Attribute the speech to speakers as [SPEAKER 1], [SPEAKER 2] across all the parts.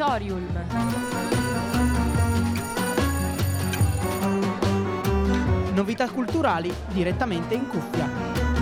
[SPEAKER 1] Auditorium.
[SPEAKER 2] Novità culturali direttamente in cuffia.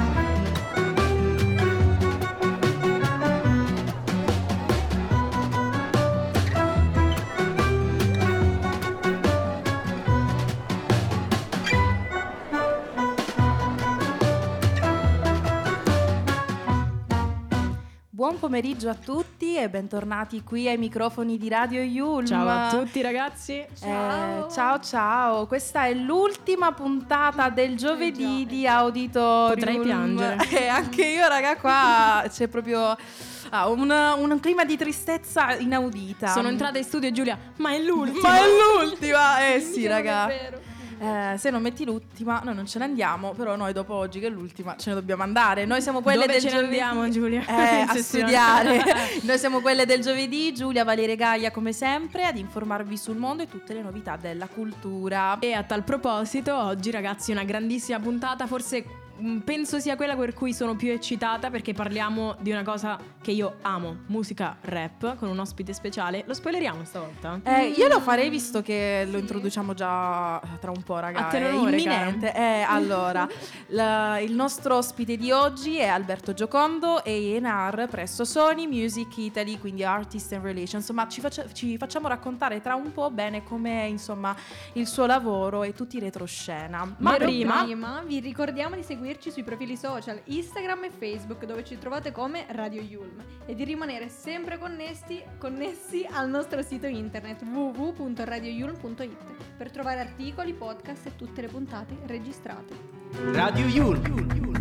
[SPEAKER 3] Buon pomeriggio a tutti e bentornati qui ai microfoni di Radio Yulm.
[SPEAKER 1] Ciao a tutti ragazzi.
[SPEAKER 3] Ciao. Questa è l'ultima puntata del giovedì di Auditorium.
[SPEAKER 1] Potrei piangere.
[SPEAKER 3] E anche io, raga, qua c'è proprio un clima di tristezza inaudita.
[SPEAKER 1] Sono entrata in studio, Giulia, ma è l'ultima.
[SPEAKER 3] Sì, raga. Se non metti l'ultima noi non ce ne andiamo, però noi dopo oggi che è l'ultima ce ne dobbiamo andare. Noi siamo quelle
[SPEAKER 1] Dove
[SPEAKER 3] del
[SPEAKER 1] ce ne
[SPEAKER 3] giovedì.
[SPEAKER 1] andiamo, Giulia?
[SPEAKER 3] A studiare. Noi siamo quelle del giovedì, Giulia, Valeria e Gaia come sempre, ad informarvi sul mondo e tutte le novità della cultura.
[SPEAKER 1] E a tal proposito, oggi ragazzi una grandissima puntata, forse penso sia quella per cui sono più eccitata, perché parliamo di una cosa che io amo, musica rap, con un ospite speciale. Lo spoileriamo stavolta?
[SPEAKER 3] Io lo farei visto che lo introduciamo già tra un po', ragazzi.
[SPEAKER 1] A te l'onore,
[SPEAKER 3] imminente. Allora, il nostro ospite di oggi è Alberto Giocondo e ENAR presso Sony Music Italy, quindi Artist and Relations. Ma ci facciamo raccontare tra un po' bene com'è, insomma, il suo lavoro e tutti i retroscena.
[SPEAKER 1] Ma
[SPEAKER 4] Però
[SPEAKER 1] prima
[SPEAKER 4] vi ricordiamo di seguirci sui profili social Instagram e Facebook, dove ci trovate come Radio Yulm, e di rimanere sempre connessi al nostro sito internet www.radioyulm.it per trovare articoli, podcast e tutte le puntate registrate.
[SPEAKER 2] Radio Yulm.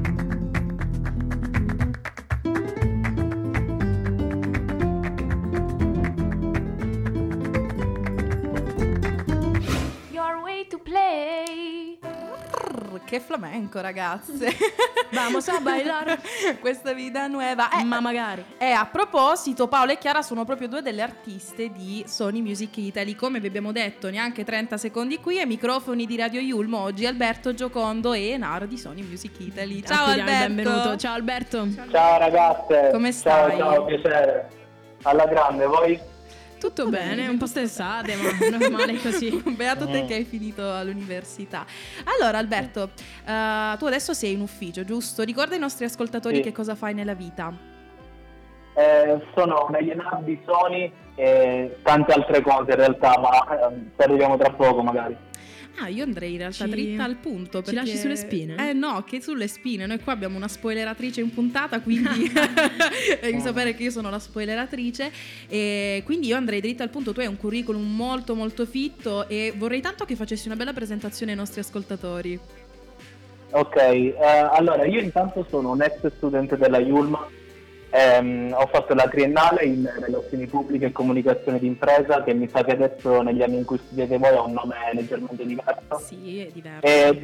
[SPEAKER 1] Your way to play.
[SPEAKER 3] Che flamenco, ragazze.
[SPEAKER 1] Vamos a bailar.
[SPEAKER 3] Questa vita nuova.
[SPEAKER 1] Ma magari.
[SPEAKER 3] E a proposito, Paola e Chiara sono proprio due delle artiste di Sony Music Italy. Come vi abbiamo detto, neanche 30 secondi qui ai microfoni di Radio Yulm. Oggi Alberto Giocondo e Enaro di Sony Music Italy. Ciao
[SPEAKER 1] Accogliamo il
[SPEAKER 3] Alberto.
[SPEAKER 1] benvenuto. Ciao Alberto.
[SPEAKER 5] Ciao ragazze.
[SPEAKER 3] Come stai?
[SPEAKER 5] Ciao, piacere. Alla grande, voi?
[SPEAKER 1] Tutto bene, un po' stressate, ma normale così.
[SPEAKER 3] Beato te che hai finito all'università. Allora Alberto, tu adesso sei in ufficio, giusto? Ricorda ai nostri ascoltatori
[SPEAKER 5] Sì.
[SPEAKER 3] che cosa fai nella vita.
[SPEAKER 5] Sono negli ENAR di Sony e tante altre cose in realtà, ma ci arriviamo tra poco magari.
[SPEAKER 3] Io andrei in realtà
[SPEAKER 1] Ci-
[SPEAKER 3] dritta al punto.
[SPEAKER 1] ci
[SPEAKER 3] Perché...
[SPEAKER 1] lasci sulle spine?
[SPEAKER 3] No, che sulle spine. Noi qua abbiamo una spoileratrice in puntata, quindi devi sapere che io sono la spoileratrice. E quindi io andrei dritta al punto. Tu hai un curriculum molto molto fitto e vorrei tanto che facessi una bella presentazione ai nostri ascoltatori.
[SPEAKER 5] Ok, allora io intanto sono un ex studente della Yulm. Ho fatto la triennale in relazioni pubbliche e comunicazione d'impresa, che mi sa che adesso negli anni in cui studiate voi ha un nome leggermente diverso.
[SPEAKER 3] Sì, è diverso.
[SPEAKER 5] E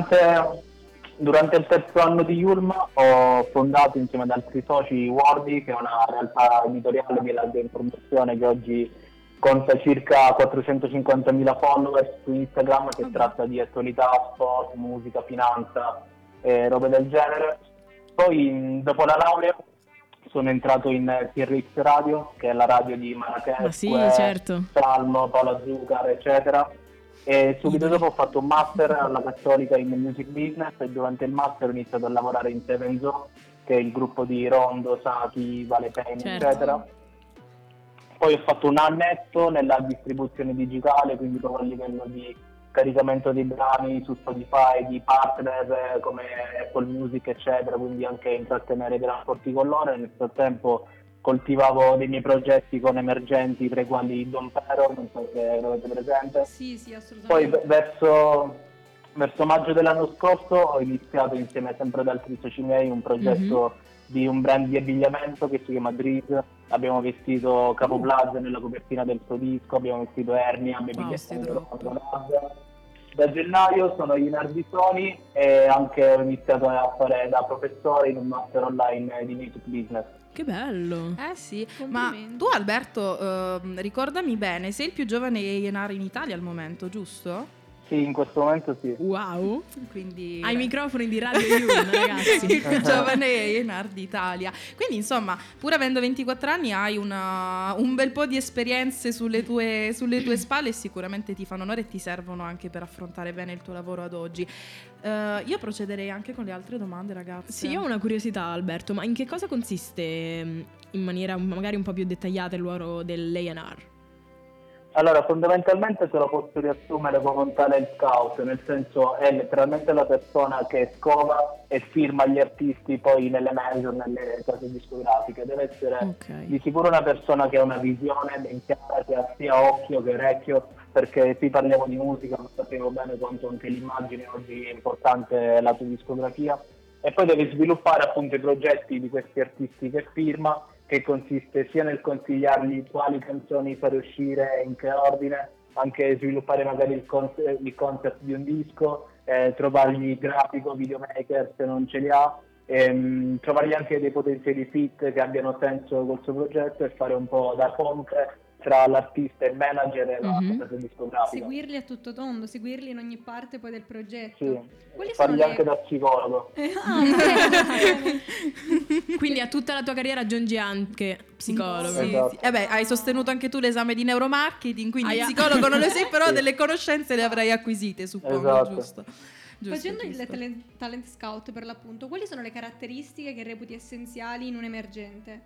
[SPEAKER 5] durante il terzo anno di Yulm ho fondato insieme ad altri soci Wordy, che è una realtà editoriale di larga informazione che oggi conta circa 450.000 follower su Instagram, che tratta di attualità, sport, musica, finanza e robe del genere. Poi dopo la laurea sono entrato in TRX Radio, che è la radio di Marrakesh,
[SPEAKER 1] Ma sì, certo.
[SPEAKER 5] Salmo, Paola Zuccar, eccetera. E subito dopo ho fatto un master alla Cattolica in Music Business e durante il master ho iniziato a lavorare in Seven Zoo, che è il gruppo di Rondo, Saki, Vale Payne,
[SPEAKER 1] Certo.
[SPEAKER 5] eccetera. Poi ho fatto un annetto nella distribuzione digitale, quindi proprio a livello di caricamento dei brani su Spotify, di partner come Apple Music, eccetera, quindi anche intrattenere dei rapporti con loro. Nel frattempo coltivavo dei miei progetti con emergenti, tra i quali Don Pero, non so se lo avete presente.
[SPEAKER 4] Sì,
[SPEAKER 5] Poi
[SPEAKER 4] assolutamente.
[SPEAKER 5] verso maggio dell'anno scorso ho iniziato insieme sempre ad altri soci miei un progetto di un brand di abbigliamento che si chiama Drees. Abbiamo vestito Capo Plaza nella copertina del suo disco, abbiamo vestito Ernia, Baby
[SPEAKER 3] Wow,
[SPEAKER 5] Cat. Da gennaio sono in ENAR di Sony e anche ho iniziato a fare da professore in un master online di Music Business.
[SPEAKER 1] Che bello.
[SPEAKER 3] Sì, ma
[SPEAKER 4] Complimenti.
[SPEAKER 3] tu Alberto, ricordami bene, sei il più giovane ENAR in Italia al momento, giusto?
[SPEAKER 5] Sì, in questo momento sì.
[SPEAKER 1] Wow.
[SPEAKER 3] Quindi
[SPEAKER 1] Ai microfoni di Radio Yulm, ragazzi.
[SPEAKER 3] il più giovane A&R d'Italia. Quindi insomma, pur avendo 24 anni hai un bel po' di esperienze sulle tue spalle e sicuramente ti fanno onore e ti servono anche per affrontare bene il tuo lavoro ad oggi. Io procederei anche con le altre domande, ragazzi.
[SPEAKER 1] Sì, io ho una curiosità, Alberto, ma in che cosa consiste in maniera magari un po' più dettagliata il lavoro dell'A&R?
[SPEAKER 5] Allora, fondamentalmente se lo posso riassumere come un talent scout, nel senso è letteralmente la persona che scova e firma gli artisti poi nelle major, nelle case discografiche. Deve essere di sicuro una persona che ha una visione ben chiara, che ha sia occhio che orecchio, perché qui parliamo di musica, ma sappiamo bene quanto anche l'immagine oggi è importante lato discografia, e poi deve sviluppare appunto i progetti di questi artisti che firma, che consiste sia nel consigliargli quali canzoni fare uscire e in che ordine, anche sviluppare magari il concept di un disco, trovargli grafico, videomaker se non ce li ha, trovargli anche dei potenziali fit che abbiano senso col suo progetto e fare un po' da ponte tra l'artista, il manager e la casa discografica.
[SPEAKER 4] Seguirli a tutto tondo, seguirli in ogni parte poi del progetto.
[SPEAKER 5] Sì,
[SPEAKER 4] Quali
[SPEAKER 5] fargli
[SPEAKER 4] sono
[SPEAKER 5] anche da psicologo.
[SPEAKER 1] Quindi a tutta la tua carriera aggiungi anche psicologo.
[SPEAKER 3] Sì,
[SPEAKER 5] Esatto.
[SPEAKER 3] sì. Hai sostenuto anche tu l'esame di neuromarketing, quindi
[SPEAKER 1] Aia.
[SPEAKER 3] psicologo non lo sei, però
[SPEAKER 5] Sì.
[SPEAKER 3] delle conoscenze le avrai acquisite, suppongo,
[SPEAKER 5] Esatto.
[SPEAKER 3] giusto?
[SPEAKER 4] Facendo il talent scout per l'appunto, quali sono le caratteristiche che reputi essenziali in un emergente?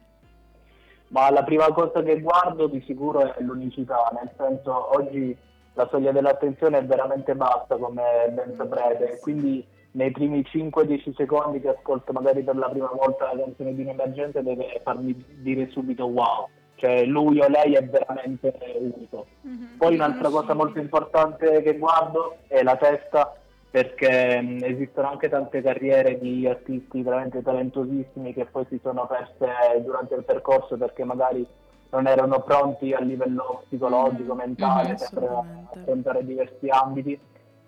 [SPEAKER 5] Ma la prima cosa che guardo di sicuro è l'unicità, nel senso oggi la soglia dell'attenzione è veramente bassa, come ben saprete, quindi nei primi 5-10 secondi che ascolto magari per la prima volta la canzone di un emergente deve farmi dire subito wow, cioè lui o lei è veramente unico. Poi un'altra cosa molto importante che guardo è la testa, perché esistono anche tante carriere di artisti veramente talentosissimi che poi si sono perse durante il percorso perché magari non erano pronti a livello psicologico, mentale per affrontare diversi ambiti.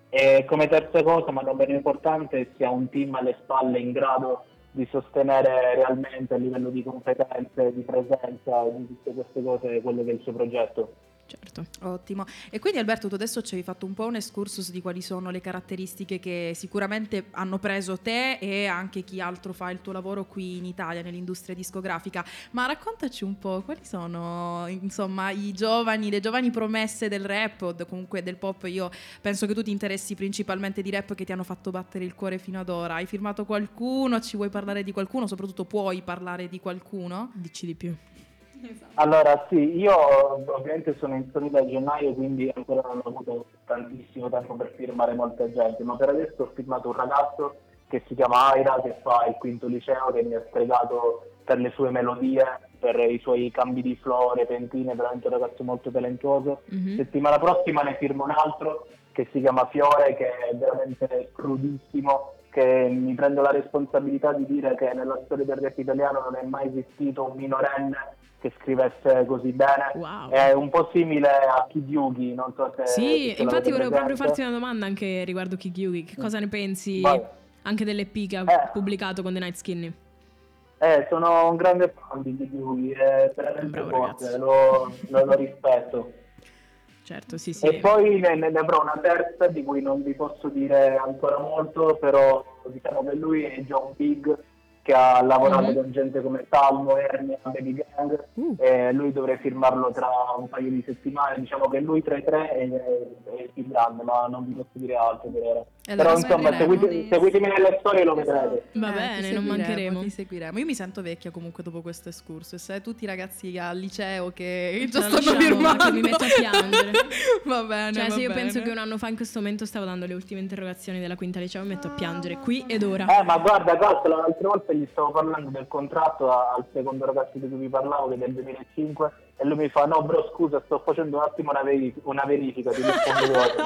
[SPEAKER 5] E come terza cosa, ma non meno importante, si ha un team alle spalle in grado di sostenere realmente a livello di competenze, di presenza, di tutte queste cose, quello che è il suo progetto.
[SPEAKER 1] Certo.
[SPEAKER 3] Ottimo. E quindi Alberto, tu adesso ci hai fatto un po' un excursus di quali sono le caratteristiche che sicuramente hanno preso te e anche chi altro fa il tuo lavoro qui in Italia nell'industria discografica, ma raccontaci un po' quali sono insomma le giovani promesse del rap o comunque del pop. Io penso che tu ti interessi principalmente di rap che ti hanno fatto battere il cuore fino ad ora. Hai firmato qualcuno? Ci vuoi parlare di qualcuno? Soprattutto puoi parlare di qualcuno?
[SPEAKER 1] Dici di più.
[SPEAKER 4] Esatto.
[SPEAKER 5] Allora sì, io ovviamente sono in Sony da gennaio, quindi ancora non ho avuto tantissimo tempo per firmare molta gente, ma per adesso ho firmato un ragazzo che si chiama Aira, che fa il quinto liceo, che mi ha stregato per le sue melodie, per i suoi cambi di flow repentini, è veramente un ragazzo molto talentuoso. Settimana prossima ne firmo un altro che si chiama Fiore, che è veramente crudissimo, che mi prendo la responsabilità di dire che nella storia del rap italiano non è mai esistito un minorenne che scrivesse così bene.
[SPEAKER 1] Wow.
[SPEAKER 5] È un po' simile a Kid Yugi, non so se
[SPEAKER 1] Sì,
[SPEAKER 5] se
[SPEAKER 1] infatti
[SPEAKER 5] l'avete
[SPEAKER 1] volevo proprio
[SPEAKER 5] presente.
[SPEAKER 1] farti una domanda anche riguardo Kid Yugi. Che cosa ne pensi
[SPEAKER 5] Vai.
[SPEAKER 1] anche dell'EP che ha pubblicato con The Night Skinny?
[SPEAKER 5] Sono un grande fan di Kid Yugi, è veramente
[SPEAKER 1] Bravo
[SPEAKER 5] forte,
[SPEAKER 1] ragazzo.
[SPEAKER 5] lo rispetto.
[SPEAKER 1] Certo, sì, sì.
[SPEAKER 5] E poi ne avrò una terza di cui non vi posso dire ancora molto, però diciamo che lui è John Big, che ha lavorato con gente come Salmo, Ernia, Baby Gang, e lui dovrei firmarlo tra un paio di settimane. Diciamo che lui tra i tre è il più grande, ma non vi posso dire altro per ora. Però insomma, seguitemi nelle storie e lo vedrete.
[SPEAKER 1] Va bene, non mancheremo.
[SPEAKER 3] Ti seguiremo. Io mi sento vecchia comunque dopo questo excursus. Tutti i ragazzi al liceo che già
[SPEAKER 1] Ce la
[SPEAKER 3] stanno
[SPEAKER 1] lasciamo,
[SPEAKER 3] firmando.
[SPEAKER 1] che mi metto a piangere.
[SPEAKER 3] Va bene.
[SPEAKER 1] Cioè,
[SPEAKER 3] va
[SPEAKER 1] se io
[SPEAKER 3] bene.
[SPEAKER 1] penso che un anno fa in questo momento stavo dando le ultime interrogazioni della quinta liceo, mi metto a piangere qui ed ora.
[SPEAKER 5] Ma guarda, calcola, l'altra volta gli stavo parlando del contratto al secondo ragazzo di cui vi parlavo, che è del 2005, e lui mi fa: no bro, scusa, sto facendo un attimo una verifica, ti rispondo dopo.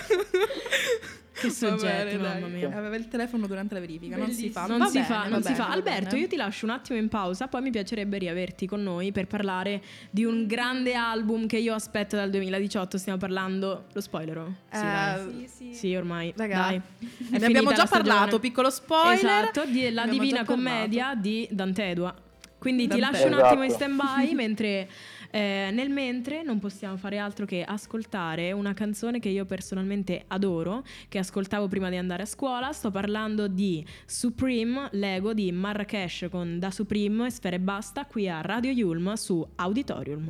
[SPEAKER 1] Che soggetti, mamma mia.
[SPEAKER 3] Aveva il telefono durante la verifica. Non si fa.
[SPEAKER 1] Non
[SPEAKER 3] Va
[SPEAKER 1] si
[SPEAKER 3] bene,
[SPEAKER 1] fa,
[SPEAKER 3] va
[SPEAKER 1] non si
[SPEAKER 3] bene,
[SPEAKER 1] fa.
[SPEAKER 3] va
[SPEAKER 1] Alberto,
[SPEAKER 3] bene.
[SPEAKER 1] io ti lascio un attimo in pausa, poi mi piacerebbe riaverti con noi per parlare di un grande album che io aspetto dal 2018. Stiamo parlando, lo spoilero? Sì, dai. Sì, ormai.
[SPEAKER 3] Raga,
[SPEAKER 1] dai. È
[SPEAKER 3] ne
[SPEAKER 1] finita
[SPEAKER 3] abbiamo già
[SPEAKER 1] la stagione.
[SPEAKER 3] parlato, piccolo spoiler.
[SPEAKER 1] Esatto, di La
[SPEAKER 3] Abbiamo
[SPEAKER 1] Divina
[SPEAKER 3] già parlato.
[SPEAKER 1] Commedia di Dante Edua. Quindi ti
[SPEAKER 3] Davvero.
[SPEAKER 1] lascio un attimo in
[SPEAKER 5] Esatto.
[SPEAKER 1] stand-by nel mentre non possiamo fare altro che ascoltare una canzone che io personalmente adoro, che ascoltavo prima di andare a scuola. Sto parlando di Supreme, Lego di Marrakesh con Da Supreme e Sfere Basta qui a Radio Yulm su Auditorium.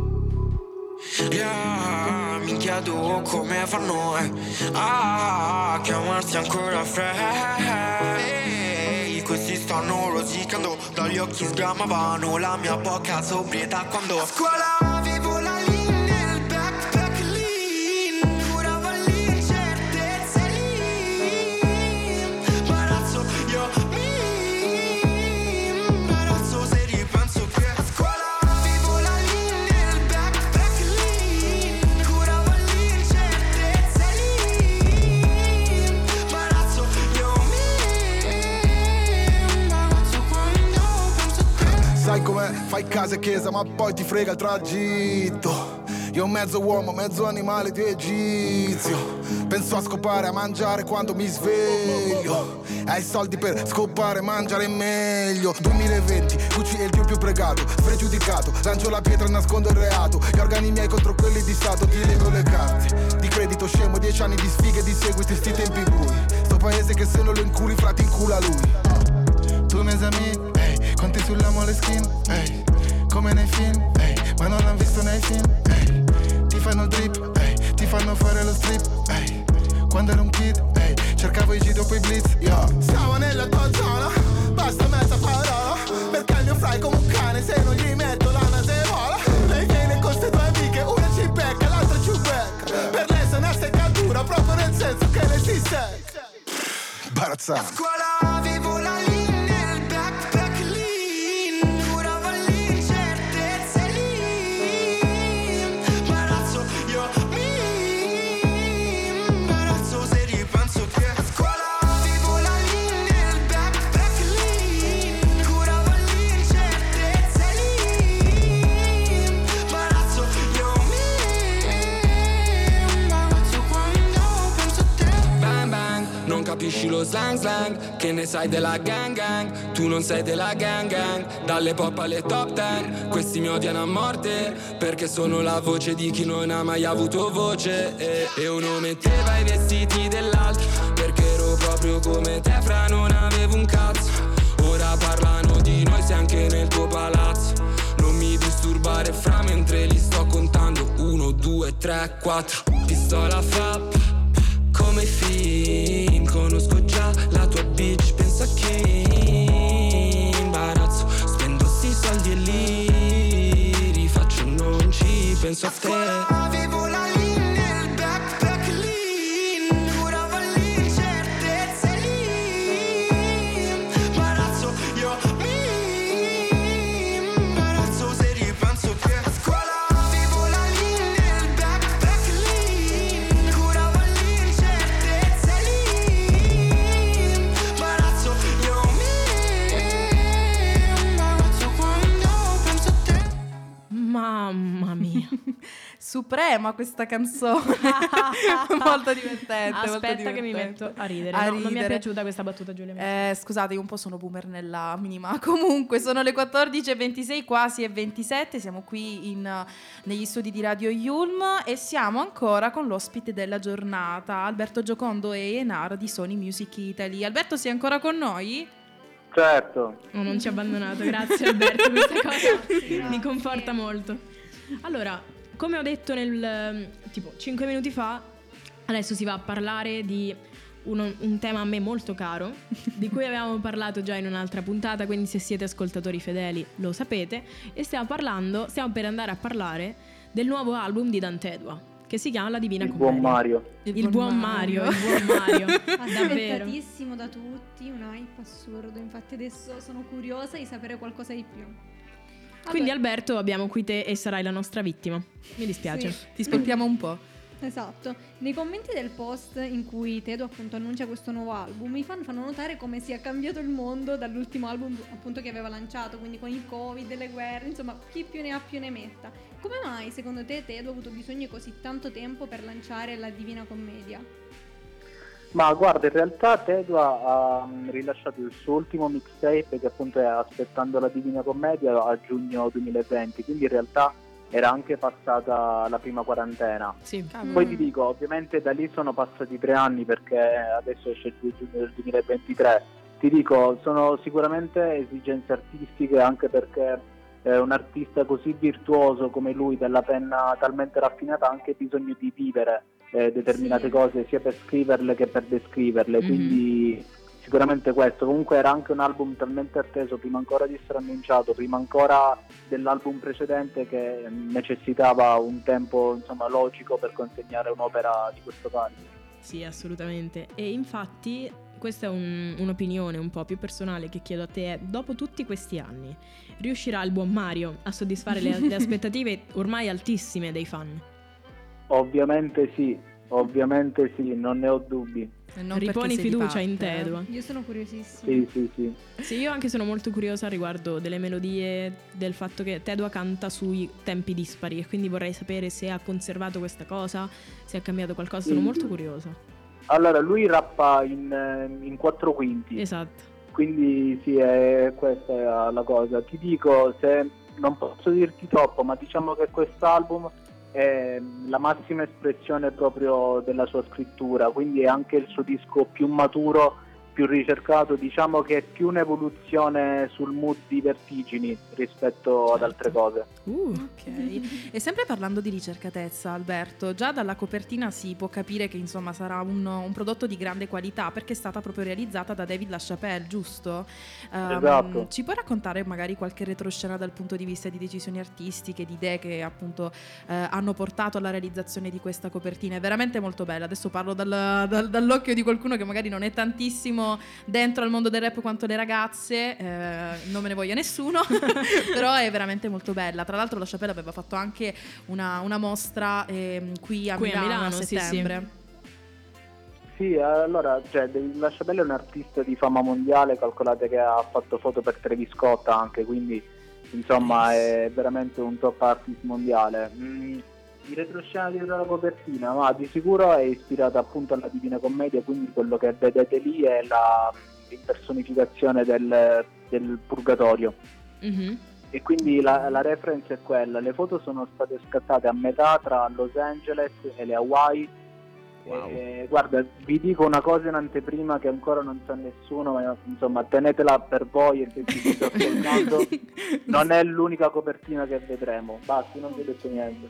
[SPEAKER 6] Yeah, mi chiedo come fanno a chiamarsi ancora Frey. Questi stanno rosicando, dagli occhi sgramavano la mia poca sobrietà quando a scuola avevo la linea nel backpack lean, curavo l'incertezza lì, imbarazzo io mi imbarazzo se ripenso che a scuola avevo la linea nel backpack lean, curavo l'incertezza lì, imbarazzo io mi imbarazzo quando penso a te.
[SPEAKER 7] Sai com'è? Fai casa e chiesa ma poi ti frega il tragitto. Io mezzo uomo, mezzo animale di egizio. Penso a scopare, a mangiare quando mi sveglio. Hai soldi per scopare, mangiare meglio. 2020, Gucci è il dio più pregato, spregiudicato. Lancio la pietra, nascondo il reato. Gli organi miei contro quelli di stato. Ti leggo le carte di credito scemo, 10 anni di sfighe, di seguiti, sti tempi bui. Sto paese che se non lo inculi, frati incula lui. Tu mes amis, ehi, conti sulla Moleskine, ehi, come nei film, ehi, ma non l'han visto nei film, ehi, ti fanno il drip, ehi, ti fanno fare lo strip, ehi, quando ero un kid, ehi, cercavo i G dopo i blitz, yo. Stavo nella tua zona, basta mezza parola, perché il mio fry come un cane, se non gli metto la nasevola, lei viene con ste due amiche, una ci becca, l'altra ci becca, per lei sono una seccatura, proprio nel senso che lei si secca, imbarazzante.
[SPEAKER 6] Scuola avevo la linea nel backpack lean, curavo l'incertezza lì, imbarazzo io mi imbarazzo se ripenso che a scuola avevo la linea nel backpack lean, curavo l'incertezza lì, imbarazzo io mi imbarazzo quando penso a te. Bang bang, non capisci lo slang slang, che ne sai della gang gang, tu non sei della gang gang, dalle pop alle top ten, questi mi odiano a morte, perché sono la voce di chi non ha mai avuto voce, e uno metteva i vestiti dell'altro, perché ero proprio come te fra non avevo un cazzo, ora parlano di noi sei anche nel tuo palazzo, non mi disturbare fra mentre li sto contando, 1, 2, 3, 4, pistola fa come i film, conosco già la tua bitch, pensa che imbarazzo, spendo sti soldi e li rifaccio, non ci penso a te. Avevo la linea nel backpack lean, curavo l'incertezza lì, imbarazzo io mi imbarazzo se ripenso che a scuola avevo la linea nel backpack lean, curavo l'incertezza lì, imbarazzo io mi imbarazzo quando penso a te.
[SPEAKER 1] Mamma mia.
[SPEAKER 3] Suprema questa canzone. Molto divertente. molto
[SPEAKER 1] Aspetta che mi
[SPEAKER 3] divertente.
[SPEAKER 1] metto a ridere.
[SPEAKER 3] A
[SPEAKER 1] No, non mi è
[SPEAKER 3] ridere.
[SPEAKER 1] piaciuta questa battuta, Giulia.
[SPEAKER 3] Scusate, io un po' sono boomer nella minima. Comunque sono le 14:26, quasi e 27. Siamo qui negli studi di Radio Yulm e siamo ancora con l'ospite della giornata, Alberto Giocondo e Enar di Sony Music Italy. Alberto, sei ancora con noi?
[SPEAKER 5] Certo.
[SPEAKER 1] Oh, non ci ha abbandonato, grazie Alberto, questa cosa mi conforta molto. Allora, come ho detto tipo 5 minuti fa, adesso si va a parlare di un tema a me molto caro, di cui avevamo parlato già in un'altra puntata, quindi se siete ascoltatori fedeli lo sapete, e stiamo per andare a parlare del nuovo album di Dantedua, che si chiama La Divina
[SPEAKER 5] Il
[SPEAKER 1] Commedia.
[SPEAKER 5] buon Mario.
[SPEAKER 1] Il buon Mario, davvero.
[SPEAKER 4] Aspettatissimo da tutti, un hype assurdo. Infatti adesso sono curiosa di sapere qualcosa di più.
[SPEAKER 1] Quindi
[SPEAKER 4] Allora,
[SPEAKER 1] Alberto, abbiamo qui te e sarai la nostra vittima. Mi dispiace.
[SPEAKER 4] sì.
[SPEAKER 3] Ti aspettiamo un po'.
[SPEAKER 4] Esatto, nei commenti del post in cui Tedo appunto annuncia questo nuovo album, i fan fanno notare come sia cambiato il mondo dall'ultimo album appunto che aveva lanciato, quindi con il Covid, le guerre, insomma chi più ne ha più ne metta. Come mai secondo te Tedo ha avuto bisogno di così tanto tempo per lanciare la Divina Commedia?
[SPEAKER 5] Ma guarda, in realtà Tedua ha rilasciato il suo ultimo mixtape, che appunto è Aspettando la Divina Commedia, a giugno 2020, quindi in realtà era anche passata la prima quarantena.
[SPEAKER 1] Sì.
[SPEAKER 5] Poi ti dico, ovviamente da lì sono passati 3 anni, perché adesso esce il 2 giugno del 2023. Ti dico, sono sicuramente esigenze artistiche, anche perché un artista così virtuoso come lui, dalla penna talmente raffinata, ha anche bisogno di vivere determinate cose, sia per scriverle che per descriverle, quindi sicuramente questo. Comunque era anche un album talmente atteso, prima ancora di essere annunciato, prima ancora dell'album precedente, che necessitava un tempo, insomma, logico per consegnare un'opera di questo calibro.
[SPEAKER 1] Sì, assolutamente. E infatti questa è un'opinione un po' più personale che chiedo a te. Dopo tutti questi anni, riuscirà il buon Mario a soddisfare le aspettative ormai altissime dei fan?
[SPEAKER 5] Ovviamente sì, non ne ho dubbi.
[SPEAKER 3] Non
[SPEAKER 1] Riponi
[SPEAKER 3] perché sei di
[SPEAKER 1] fiducia in
[SPEAKER 3] parte,
[SPEAKER 1] Tedua.
[SPEAKER 4] Io sono curiosissima.
[SPEAKER 5] Sì.
[SPEAKER 1] Sì, io anche sono molto curiosa riguardo delle melodie, del fatto che Tedua canta sui tempi dispari, e quindi vorrei sapere se ha conservato questa cosa, se ha cambiato qualcosa. Sono molto curiosa.
[SPEAKER 5] Allora, lui rappa in 4 quinti.
[SPEAKER 1] Esatto.
[SPEAKER 5] Quindi sì, questa è la cosa. Ti dico, se non posso dirti troppo, ma diciamo che quest'album è la massima espressione proprio della sua scrittura, quindi è anche il suo disco più maturo, più ricercato. Diciamo che è più un'evoluzione sul mood di Vertigini rispetto ad altre cose.
[SPEAKER 3] Ok. E sempre parlando di ricercatezza, Alberto, già dalla copertina si può capire che insomma sarà un prodotto di grande qualità, perché è stata proprio realizzata da David LaChapelle, giusto?
[SPEAKER 5] Esatto.
[SPEAKER 3] Ci puoi raccontare magari qualche retroscena dal punto di vista di decisioni artistiche, di idee che appunto hanno portato alla realizzazione di questa copertina? È veramente molto bella. Adesso parlo dall'occhio di qualcuno che magari non è tantissimo dentro al mondo del rap quanto le ragazze, non me ne voglia nessuno, però è veramente molto bella. Tra l'altro LaChapelle aveva fatto anche una mostra qui a Milano a settembre.
[SPEAKER 5] Sì, allora, LaChapelle è un artista di fama mondiale, calcolate che ha fatto foto per Travis Scott anche, quindi insomma è veramente un top artist mondiale. Il retroscena dietro la copertina, ma di sicuro è ispirata appunto alla Divina Commedia, quindi quello che vedete lì è l'impersonificazione del purgatorio. E quindi la reference è quella. Le foto sono state scattate a metà tra Los Angeles e le Hawaii. Guarda, vi dico una cosa in anteprima che ancora non sa nessuno, ma insomma tenetela per voi, e se ci state ascoltando, non è l'unica copertina che vedremo. Basta, non vi ho detto niente.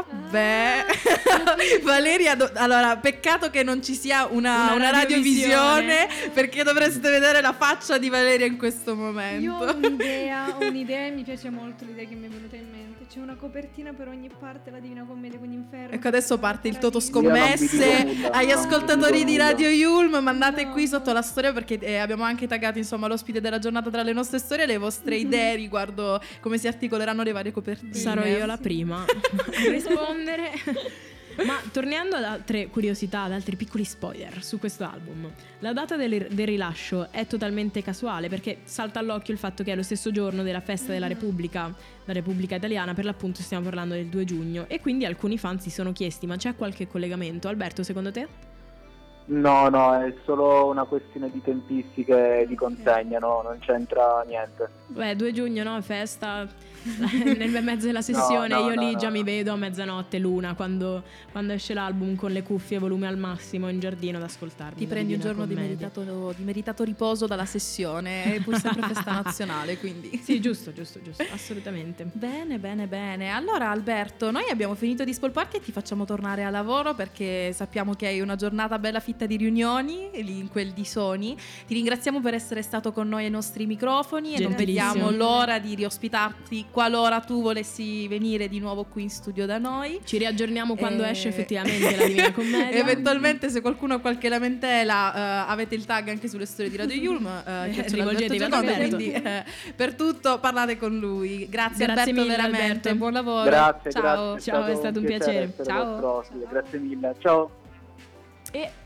[SPEAKER 3] Valeria, allora peccato che non ci sia una radiovisione, perché dovreste vedere la faccia di Valeria in questo momento.
[SPEAKER 4] Io ho un'idea e mi piace molto l'idea che mi è venuta in mente. C'è una copertina per ogni parte, la Divina Commedia, quindi inferno.
[SPEAKER 3] Ecco, adesso parte il Toto
[SPEAKER 5] Io non vi dico
[SPEAKER 3] Scommesse
[SPEAKER 5] nulla,
[SPEAKER 3] agli
[SPEAKER 5] non vi
[SPEAKER 3] ascoltatori
[SPEAKER 5] dico
[SPEAKER 3] di
[SPEAKER 5] nulla.
[SPEAKER 3] Radio Yulm. Mandate qui sotto la storia, perché abbiamo anche taggato insomma l'ospite della giornata tra le nostre storie, le vostre idee riguardo come si articoleranno le varie copertine.
[SPEAKER 1] Sarò io la prima a rispondere. Ma tornando ad altre curiosità, ad altri piccoli spoiler su questo album, la data del rilascio è totalmente casuale, perché salta all'occhio il fatto che è lo stesso giorno della festa della Repubblica, la Repubblica Italiana, per l'appunto stiamo parlando del 2 giugno, e quindi alcuni fan si sono chiesti: ma c'è qualche collegamento? Alberto, secondo te?
[SPEAKER 5] No, è solo una questione di tempistiche di consegna, no, non c'entra niente.
[SPEAKER 1] Beh, 2 giugno, no? Festa nel mezzo della sessione,
[SPEAKER 5] No,
[SPEAKER 1] io lì
[SPEAKER 5] no,
[SPEAKER 1] già
[SPEAKER 5] no.
[SPEAKER 1] mi vedo a mezzanotte l'una, quando esce l'album, con le cuffie, volume al massimo, in giardino ad ascoltarmi.
[SPEAKER 3] Ti
[SPEAKER 1] la
[SPEAKER 3] prendi un
[SPEAKER 1] Divina
[SPEAKER 3] giorno
[SPEAKER 1] Commedia.
[SPEAKER 3] di meritato riposo dalla sessione, è pur sempre festa nazionale, quindi
[SPEAKER 1] Sì, giusto, assolutamente.
[SPEAKER 3] Bene. Allora Alberto, noi abbiamo finito di spolparti e ti facciamo tornare a lavoro, perché sappiamo che hai una giornata bella fitta di riunioni lì in quel di Sony. Ti ringraziamo per essere stato con noi ai nostri microfoni e non
[SPEAKER 1] Gentilissimo.
[SPEAKER 3] vediamo l'ora di riospitarti qualora tu volessi venire di nuovo qui in studio da noi.
[SPEAKER 1] Ci riaggiorniamo quando esce effettivamente la Divina Commedia.
[SPEAKER 3] Eventualmente, se qualcuno ha qualche lamentela, avete il tag anche sulle storie di Radio Yulm,
[SPEAKER 1] rivolgetevi ad
[SPEAKER 3] Alberto,
[SPEAKER 1] Alberto.
[SPEAKER 3] quindi per tutto parlate con lui. Grazie Alberto,
[SPEAKER 1] mille,
[SPEAKER 3] veramente,
[SPEAKER 1] Alberto.
[SPEAKER 3] buon lavoro.
[SPEAKER 5] Grazie,
[SPEAKER 3] Ciao.
[SPEAKER 5] grazie.
[SPEAKER 1] Ciao, è stato un piacere.
[SPEAKER 5] essere
[SPEAKER 3] Ciao.
[SPEAKER 5] vostro ospite. Grazie mille. Ciao.
[SPEAKER 1] E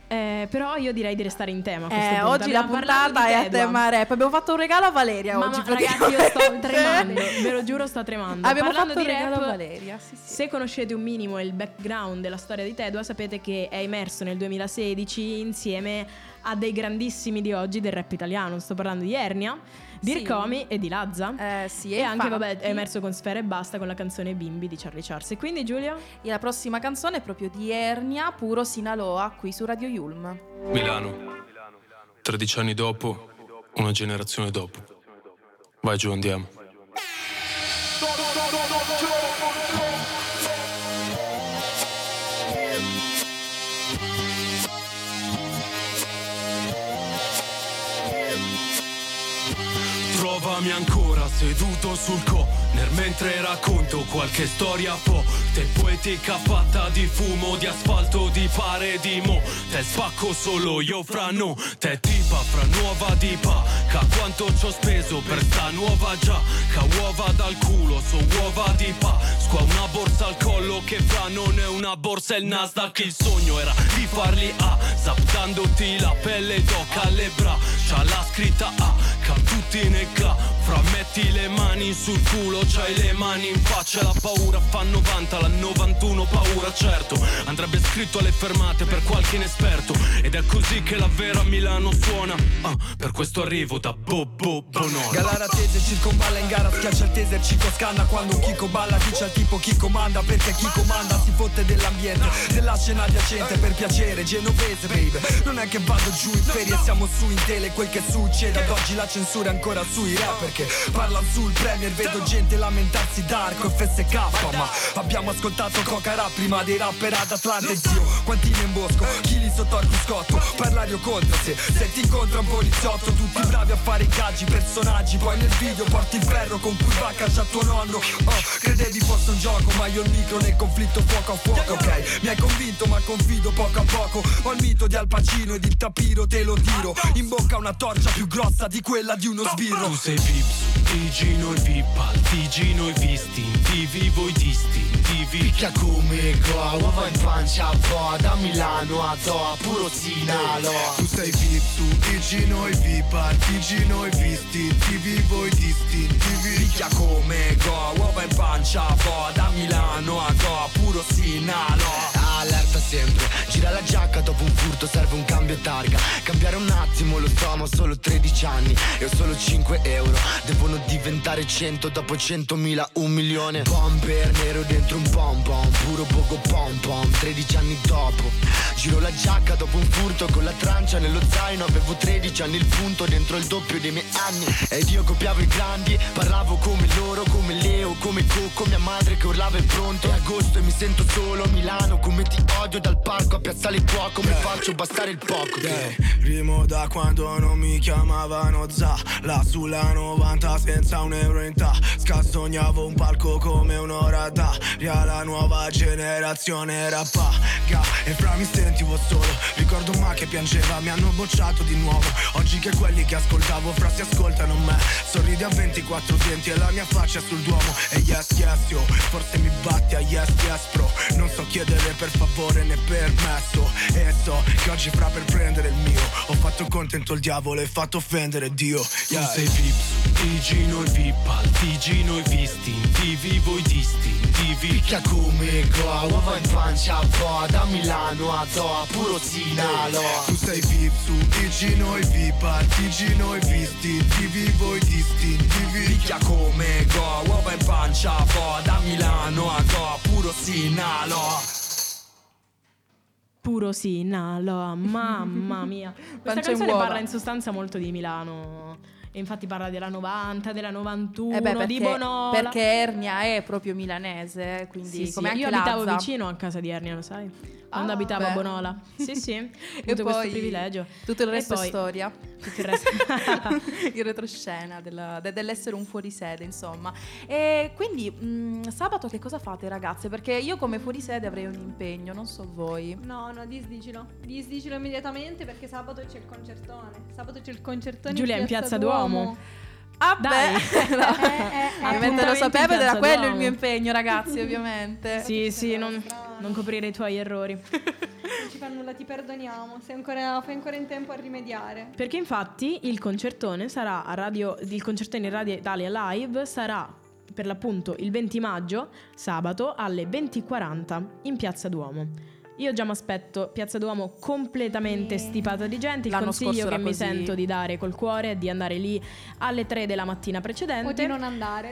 [SPEAKER 1] Però io direi di restare in tema a questo punto.
[SPEAKER 3] Oggi la
[SPEAKER 1] Abbiamo parlato
[SPEAKER 3] puntata
[SPEAKER 1] di
[SPEAKER 3] è a
[SPEAKER 1] Tedua.
[SPEAKER 3] tema rap. Abbiamo fatto un regalo a Valeria
[SPEAKER 1] Mamma,
[SPEAKER 3] oggi.
[SPEAKER 1] ragazzi, io sto tremando, ve lo giuro, sto tremando.
[SPEAKER 3] Abbiamo
[SPEAKER 1] Parlando
[SPEAKER 3] fatto
[SPEAKER 1] di
[SPEAKER 3] un regalo
[SPEAKER 1] rap,
[SPEAKER 3] a Valeria. Sì.
[SPEAKER 1] se conoscete un minimo il background della storia di Tedua, sapete che è emerso nel 2016 insieme a dei grandissimi di oggi del rap italiano. Sto parlando di Ernia, di
[SPEAKER 3] Sì.
[SPEAKER 1] Rcomi e di Lazza.
[SPEAKER 3] Sì,
[SPEAKER 1] E anche,
[SPEAKER 3] infatti,
[SPEAKER 1] vabbè, è emerso con Sfera e Basta con la canzone Bimbi di Charlie Charles. E quindi, Giulia?
[SPEAKER 3] E la prossima canzone è proprio di Ernia, Puro Sinaloa, qui su Radio Yulm.
[SPEAKER 8] Milano, 13 anni dopo, una generazione dopo. Vai giù, andiamo. Trovami ancora seduto sul corner mentre racconto qualche storia forte, poetica fatta di fumo, di asfalto, di pare di mo. Te spacco solo io fra no, te tipa fra nuova dipa. Ca quanto c'ho speso per sta nuova giacca, uova dal culo, so uova di Pasqua. Una borsa al collo che fra non è una borsa, è il Nasdaq. Il sogno era di farli a, saptandoti la pelle d'oca alle braccia, la scritta A, cam tutti nel cla. Fra metti le mani sul culo, c'hai le mani in faccia. La paura fa 90, la 91 paura, certo. Andrebbe scritto alle fermate per qualche inesperto. Ed è così che la vera Milano suona. Per questo arrivo da Bobo Bonora.
[SPEAKER 9] Galara tese, circonvalla in gara, schiaccia il taser, Cico scanna. Quando un Chico balla dice al tipo chi comanda, perché chi comanda si fotte dell'ambiente, della scena adiacente. Per piacere, genovese baby, non è che vado giù in ferie, siamo su in tele. Quel che succede ad oggi, la censura è ancora sui rapper che parlano sul premier. Vedo gente lamentarsi d'arco FSK, ma abbiamo ascoltato Coca Rap prima dei rapper ad Atlante. Zio, quantini in bosco, chili sotto al cruscotto, parlare o contro se ti incontra un poliziotto. Tutti bravi a fare ingaggi, personaggi, poi nel video porti il ferro con cui va a caccia tuo nonno. Credevi fosse un gioco, ma io il micro nel conflitto fuoco a fuoco, ok? Mi hai convinto ma confido poco a poco. Ho il mito di Al Pacino ed il tapiro te lo tiro. In bocca una torcia più grossa di quella di uno sbirro.
[SPEAKER 8] Tu sei Vips, TG noi VIP, al TG noi visti, in TV voi distintivi.
[SPEAKER 10] Picchia come qua, uova in pancia a po', da Milano a Toa, puro Sinaloa.
[SPEAKER 7] Tu sei VIP, su TG noi VIP, al TG noi visti, in TV voi distintivi.
[SPEAKER 9] Picchia come go, uova in pancia a po', da Milano a Goa, puro Sinaloa.
[SPEAKER 10] Allerta sempre, gira la giacca dopo un furto, serve un cambio targa. Cambiare un attimo, lo so, ma ho solo 13 anni e ho solo 5 euro. Devono diventare 100, dopo 100.000, 1 milione. Bomber nero dentro un pom pom, puro poco pom pom. 13 anni dopo, giro la giacca dopo un furto, con la trancia nello zaino. Avevo 13 anni, il punto dentro il doppio dei miei anni. Ed io copiavo i grandi, parlavo come loro, come Leo, come Cocco. Mia madre che urlava è pronto, è agosto e mi sento solo a Milano. Come ti odio dal parco a Piazzale Cuoco, mi faccio bastare il poco.
[SPEAKER 9] Rimo da quando non mi chiamavano Za, là sulla 90 senza un euro in tasca. Sognavo un palco come un'ora d'aria, la nuova generazione rappaga. E fra mi sentivo solo, ricordo ma che piangeva, mi hanno bocciato di nuovo. Oggi che quelli che ascoltavo fra si ascoltano me, sorridi a 24 denti e la mia faccia sul Duomo. E yes yes yo, forse mi batti a yes yes bro. Non so chiedere per favore né permesso, e so che oggi fra per prendere il mio ho fatto contento il diavolo e fatto offendere Dio.
[SPEAKER 8] Tu sei Vips, TG noi VIP, al TG noi visti, in TV voi distintivi.
[SPEAKER 10] Picchia come qua, uova in pancia a po', da Milano a Toa, puro Sinaloa.
[SPEAKER 7] Tu sei VIP, su TG noi VIP, al TG noi visti, in TV voi distintivi.
[SPEAKER 9] Picchia come go, uova in pancia a po', da Milano a Goa, puro Sinaloa.
[SPEAKER 1] Puro Sinaloa, mamma mia. Questa
[SPEAKER 3] Pancia in
[SPEAKER 1] canzone
[SPEAKER 3] uova.
[SPEAKER 1] parla in sostanza molto di Milano. E infatti parla della 90, della 91,
[SPEAKER 3] Perché,
[SPEAKER 1] di Bonola.
[SPEAKER 3] perché Ernia è proprio milanese, quindi
[SPEAKER 1] Sì,
[SPEAKER 3] come
[SPEAKER 1] sì,
[SPEAKER 3] anche
[SPEAKER 1] io abitavo
[SPEAKER 3] Lazza.
[SPEAKER 1] vicino a casa di Ernia, lo sai? Quando abitavo
[SPEAKER 3] beh.
[SPEAKER 1] a Bonola. Sì, sì, ho
[SPEAKER 3] E
[SPEAKER 1] avuto questo
[SPEAKER 3] poi
[SPEAKER 1] privilegio.
[SPEAKER 3] tutto il
[SPEAKER 1] E
[SPEAKER 3] resto è
[SPEAKER 1] poi-
[SPEAKER 3] storia.
[SPEAKER 1] Tutto il resto.
[SPEAKER 3] Il retroscena dell'essere un fuorisede, insomma. E quindi sabato che cosa fate, ragazze? Perché io come fuorisede avrei un impegno, non so voi.
[SPEAKER 4] No, disdicilo. Disdicilo immediatamente perché sabato c'è il concertone. Sabato c'è il concertone
[SPEAKER 1] Giulia, in Piazza Duomo.
[SPEAKER 3] Ah
[SPEAKER 1] Dai.
[SPEAKER 3] Ovviamente lo sapevo ed era quello il mio impegno, ragazzi, ovviamente.
[SPEAKER 1] Sì, non coprire i tuoi errori.
[SPEAKER 4] Non ci fa nulla, ti perdoniamo. Fai ancora in tempo a rimediare.
[SPEAKER 1] Perché infatti il concertone sarà il concertone in Radio Italia Live sarà per l'appunto il 20 maggio, sabato alle 20:40 in Piazza Duomo. Io già mi aspetto Piazza Duomo completamente stipata di gente. Il
[SPEAKER 3] L'anno
[SPEAKER 1] consiglio
[SPEAKER 3] scorso
[SPEAKER 1] che
[SPEAKER 3] era
[SPEAKER 1] mi
[SPEAKER 3] così.
[SPEAKER 1] sento di dare col cuore è di andare lì alle 3 della mattina precedente.
[SPEAKER 4] O di non andare.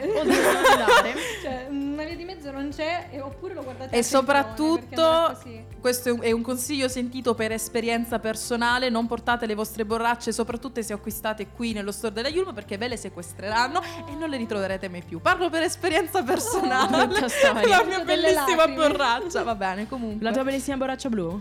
[SPEAKER 4] Cioè, una via di mezzo non c'è, oppure lo guardate
[SPEAKER 3] E
[SPEAKER 4] a tensione, perché
[SPEAKER 3] soprattutto,
[SPEAKER 4] andrà così.
[SPEAKER 3] questo è un consiglio sentito per esperienza personale: non portate le vostre borracce, soprattutto se acquistate qui nello store della Yulm, perché ve le sequestreranno e non le ritroverete mai più. Parlo per esperienza personale.
[SPEAKER 1] Brutta storia.
[SPEAKER 3] La mia
[SPEAKER 4] Delle
[SPEAKER 3] bellissima
[SPEAKER 4] lacrime.
[SPEAKER 3] borraccia. Va bene, comunque.
[SPEAKER 1] La tua bellissima borraccia blu?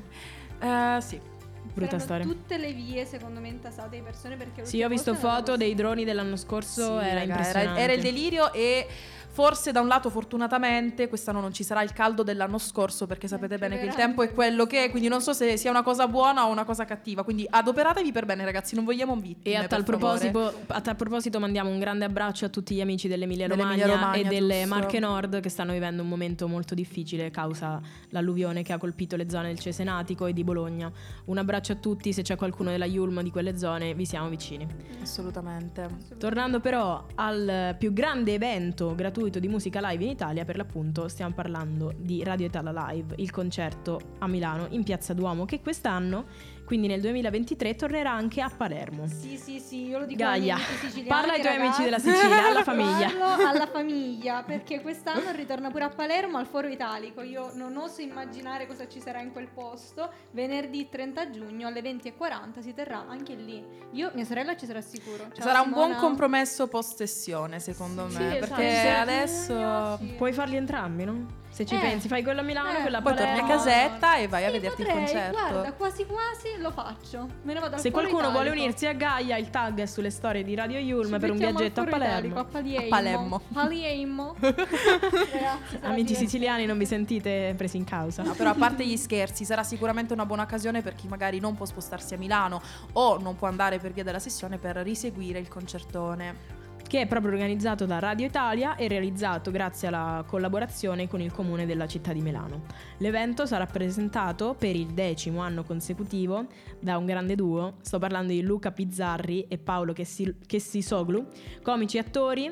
[SPEAKER 3] Sì.
[SPEAKER 1] Brutta
[SPEAKER 4] Saranno
[SPEAKER 1] storia.
[SPEAKER 4] tutte le vie secondo me intasate di persone, perché
[SPEAKER 1] Sì, ho visto
[SPEAKER 4] l'ultima volta
[SPEAKER 1] foto
[SPEAKER 4] non
[SPEAKER 1] dei droni dell'anno scorso,
[SPEAKER 3] Sì,
[SPEAKER 1] era
[SPEAKER 3] raga,
[SPEAKER 1] impressionante.
[SPEAKER 3] era il delirio. E forse da un lato fortunatamente quest'anno non ci sarà il caldo dell'anno scorso, perché sapete bene che il tempo è quello che è, quindi non so se sia una cosa buona o una cosa cattiva, quindi adoperatevi per bene, ragazzi, non vogliamo vittime.
[SPEAKER 1] E a tal proposito mandiamo un grande abbraccio a tutti gli amici dell'Emilia Romagna e delle
[SPEAKER 3] giusto.
[SPEAKER 1] Marche Nord, che stanno vivendo un momento molto difficile causa l'alluvione che ha colpito le zone del Cesenatico e di Bologna. Un abbraccio a tutti, se c'è qualcuno della Yulm di quelle zone vi siamo vicini.
[SPEAKER 3] Assolutamente.
[SPEAKER 1] Tornando però al più grande evento gratuito di musica live in Italia, per l'appunto stiamo parlando di Radio Italia Live, il concerto a Milano in Piazza Duomo, che quest'anno, quindi nel 2023, tornerà anche a Palermo.
[SPEAKER 4] Sì, io lo dico
[SPEAKER 1] Gaia,
[SPEAKER 4] ai miei amici siciliani,
[SPEAKER 1] parla ai tuoi amici della
[SPEAKER 4] ragazzi.
[SPEAKER 1] Sicilia, alla famiglia.
[SPEAKER 4] Parlo alla famiglia, perché quest'anno ritorna pure a Palermo al Foro Italico. Io non oso immaginare cosa ci sarà in quel posto. Venerdì 30 giugno alle 20:40 si terrà anche lì. Mia sorella ci sarà sicuro. Ciao,
[SPEAKER 3] Sarà un buon
[SPEAKER 4] Simona.
[SPEAKER 3] compromesso post sessione, secondo
[SPEAKER 4] Sì,
[SPEAKER 3] me,
[SPEAKER 4] esatto.
[SPEAKER 3] perché
[SPEAKER 4] Sì.
[SPEAKER 3] adesso
[SPEAKER 4] Sì.
[SPEAKER 1] Puoi farli entrambi, no? Se ci pensi, fai quello a Milano, quella a
[SPEAKER 3] poi torni a
[SPEAKER 1] Palermo.
[SPEAKER 3] casetta e vai a
[SPEAKER 4] Sì,
[SPEAKER 3] vederti
[SPEAKER 4] potrei,
[SPEAKER 3] il concerto.
[SPEAKER 4] Guarda, quasi lo faccio. Me ne vado al
[SPEAKER 1] Se
[SPEAKER 4] Foro
[SPEAKER 1] qualcuno vuole
[SPEAKER 4] Italico.
[SPEAKER 1] unirsi a Gaia, il tag è sulle storie di Radio Yulm
[SPEAKER 4] Ci
[SPEAKER 1] per un
[SPEAKER 4] mettiamo al
[SPEAKER 1] viaggetto a
[SPEAKER 4] Foro
[SPEAKER 1] Palermo.
[SPEAKER 4] Italico, a
[SPEAKER 3] Palermo.
[SPEAKER 4] Palermo. Ragazzi, sarà
[SPEAKER 1] Amici
[SPEAKER 4] divertente.
[SPEAKER 1] siciliani, non vi sentite presi in causa.
[SPEAKER 3] No, però a parte gli scherzi, sarà sicuramente una buona occasione per chi magari non può spostarsi a Milano o non può andare per via della sessione, per riseguire il concertone.
[SPEAKER 1] Che è proprio organizzato da Radio Italia e realizzato grazie alla collaborazione con il comune della città di Milano. L'evento sarà presentato per il 10° anno consecutivo da un grande duo, sto parlando di Luca Pizzarri e Paolo Chessisoglu, comici e attori.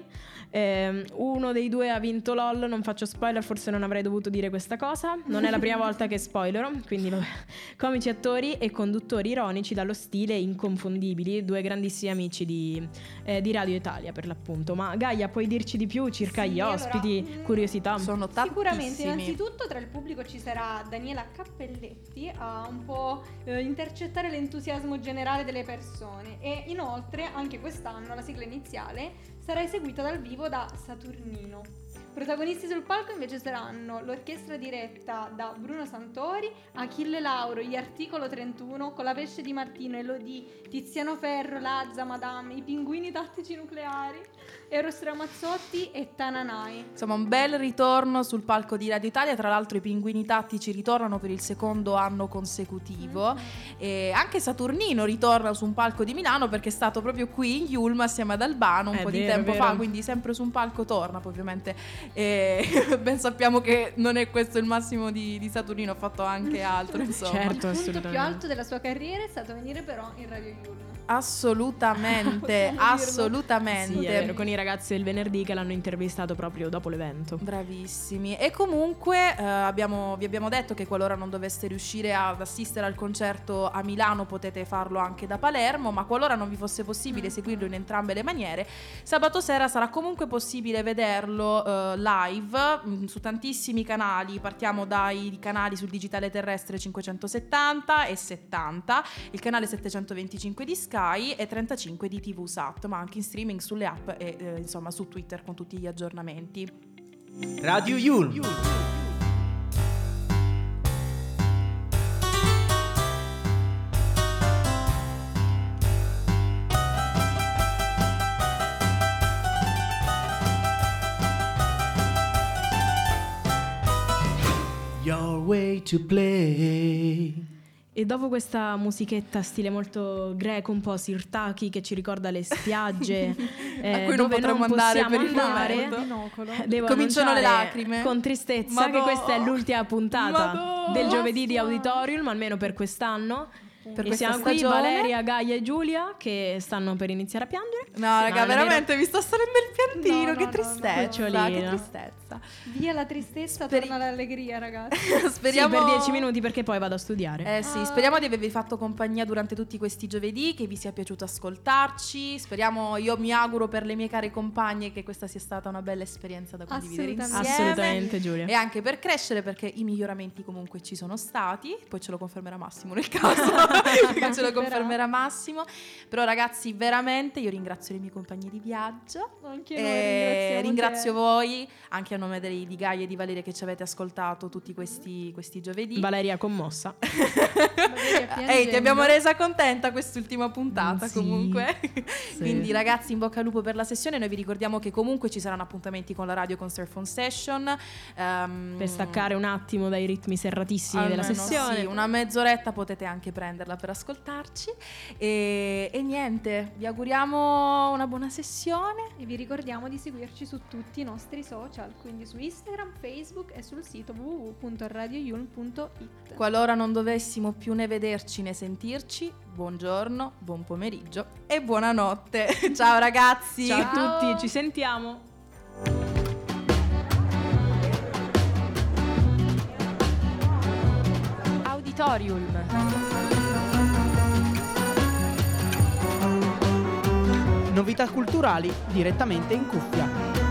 [SPEAKER 1] Uno dei due ha vinto LOL, non faccio spoiler, forse non avrei dovuto dire questa cosa, non è la prima volta che spoilerò, quindi vabbè. Comici, attori e conduttori ironici dallo stile inconfondibili, due grandissimi amici di Radio Italia per l'appunto. Ma Gaia, puoi dirci di più circa gli ospiti, curiosità?
[SPEAKER 3] Sono tantissimi.
[SPEAKER 4] Sicuramente, innanzitutto tra il pubblico ci sarà Daniela Cappelletti a un po' intercettare l'entusiasmo generale delle persone, e inoltre anche quest'anno la sigla iniziale sarà eseguita dal vivo da Saturnino. Protagonisti sul palco invece saranno l'orchestra diretta da Bruno Santori, Achille Lauro, gli Articolo 31, con la Pesce di Martino, Elodie, Tiziano Ferro, Lazza, Madame, i Pinguini Tattici Nucleari, Eros Ramazzotti e Tananai.
[SPEAKER 3] Insomma, un bel ritorno sul palco di Radio Italia. Tra l'altro i Pinguini Tattici ritornano per il 2° anno consecutivo, e anche Saturnino ritorna su un palco di Milano, perché è stato proprio qui in Yulm assieme ad Albano un po' di tempo fa, quindi sempre su un palco torna. Poi ovviamente ben sappiamo che non è questo il massimo di Saturnino, ha fatto anche altro, insomma.
[SPEAKER 1] Certo,
[SPEAKER 4] Il punto più
[SPEAKER 1] assolutamente.
[SPEAKER 4] alto della sua carriera è stato venire però in Radio Yulm.
[SPEAKER 3] Assolutamente,
[SPEAKER 4] Possiamo dirlo?
[SPEAKER 3] assolutamente.
[SPEAKER 1] Sì, è vero, con i ragazzi del venerdì che l'hanno intervistato proprio dopo l'evento.
[SPEAKER 3] Bravissimi. E comunque vi abbiamo detto che qualora non doveste riuscire ad assistere al concerto a Milano, potete farlo anche da Palermo, ma qualora non vi fosse possibile seguirlo in entrambe le maniere, sabato sera sarà comunque possibile vederlo live su tantissimi canali. Partiamo dai canali sul digitale terrestre 570 e 70, il canale 725 di Sky e 35 di TV Sat, ma anche in streaming sulle app e insomma su Twitter con tutti gli aggiornamenti.
[SPEAKER 2] Radio Yulm. Your way to play.
[SPEAKER 1] E dopo questa musichetta stile molto greco, un po' sirtaki, che ci ricorda le spiagge
[SPEAKER 3] a cui non potremmo andare per il
[SPEAKER 4] Binocolo.
[SPEAKER 1] devo
[SPEAKER 3] Cominciano le
[SPEAKER 1] annunciare
[SPEAKER 3] lacrime.
[SPEAKER 1] con tristezza che questa è l'ultima puntata del giovedì di Auditorium, almeno per quest'anno.
[SPEAKER 3] Per
[SPEAKER 1] E
[SPEAKER 3] questa
[SPEAKER 1] siamo qui
[SPEAKER 3] stagione.
[SPEAKER 1] Valeria, Gaia e Giulia che stanno per iniziare a piangere.
[SPEAKER 3] No, raga,
[SPEAKER 1] No,
[SPEAKER 3] veramente mi sta salendo il piantino.
[SPEAKER 4] No,
[SPEAKER 3] che
[SPEAKER 4] no,
[SPEAKER 3] tristezza,
[SPEAKER 1] no.
[SPEAKER 3] che tristezza.
[SPEAKER 4] Via la tristezza,
[SPEAKER 3] Speri-
[SPEAKER 4] torna l'allegria, ragazzi.
[SPEAKER 3] Speriamo
[SPEAKER 1] Sì, per 10 minuti perché poi vado a studiare.
[SPEAKER 3] Sì, speriamo di avervi fatto compagnia durante tutti questi giovedì, che vi sia piaciuto ascoltarci. Speriamo, io mi auguro per le mie care compagne che questa sia stata una bella esperienza da condividere insieme.
[SPEAKER 1] Assolutamente, Giulia.
[SPEAKER 3] E anche per crescere, perché i miglioramenti comunque ci sono stati. Poi ce lo confermerà Massimo nel caso. Perché ce lo confermerà Massimo. Però ragazzi, veramente io ringrazio le mie compagne di viaggio.
[SPEAKER 4] Anche noi
[SPEAKER 3] Ringrazio voi, anche a nome di Gaia e di Valeria, che ci avete ascoltato tutti questi giovedì.
[SPEAKER 1] Valeria commossa.
[SPEAKER 3] Ehi, ti abbiamo resa contenta quest'ultima puntata,
[SPEAKER 1] Sì.
[SPEAKER 3] comunque.
[SPEAKER 1] Sì.
[SPEAKER 3] Quindi ragazzi, in bocca al lupo per la sessione. Noi vi ricordiamo che comunque ci saranno appuntamenti con la radio, con Surfone Session,
[SPEAKER 1] Per staccare un attimo dai ritmi serratissimi della
[SPEAKER 3] almeno,
[SPEAKER 1] sessione.
[SPEAKER 3] sì, una mezz'oretta potete anche prenderla per ascoltarci. E niente, vi auguriamo una buona sessione.
[SPEAKER 4] E vi ricordiamo di seguirci su tutti i nostri social, quindi su Instagram, Facebook e sul sito www.radioyulm.it.
[SPEAKER 3] Qualora non dovessimo più né vederci né sentirci, buongiorno, buon pomeriggio e buonanotte. Ciao ragazzi.
[SPEAKER 1] Ciao a tutti, ci sentiamo.
[SPEAKER 11] Auditorium.
[SPEAKER 2] Novità culturali direttamente in cuffia.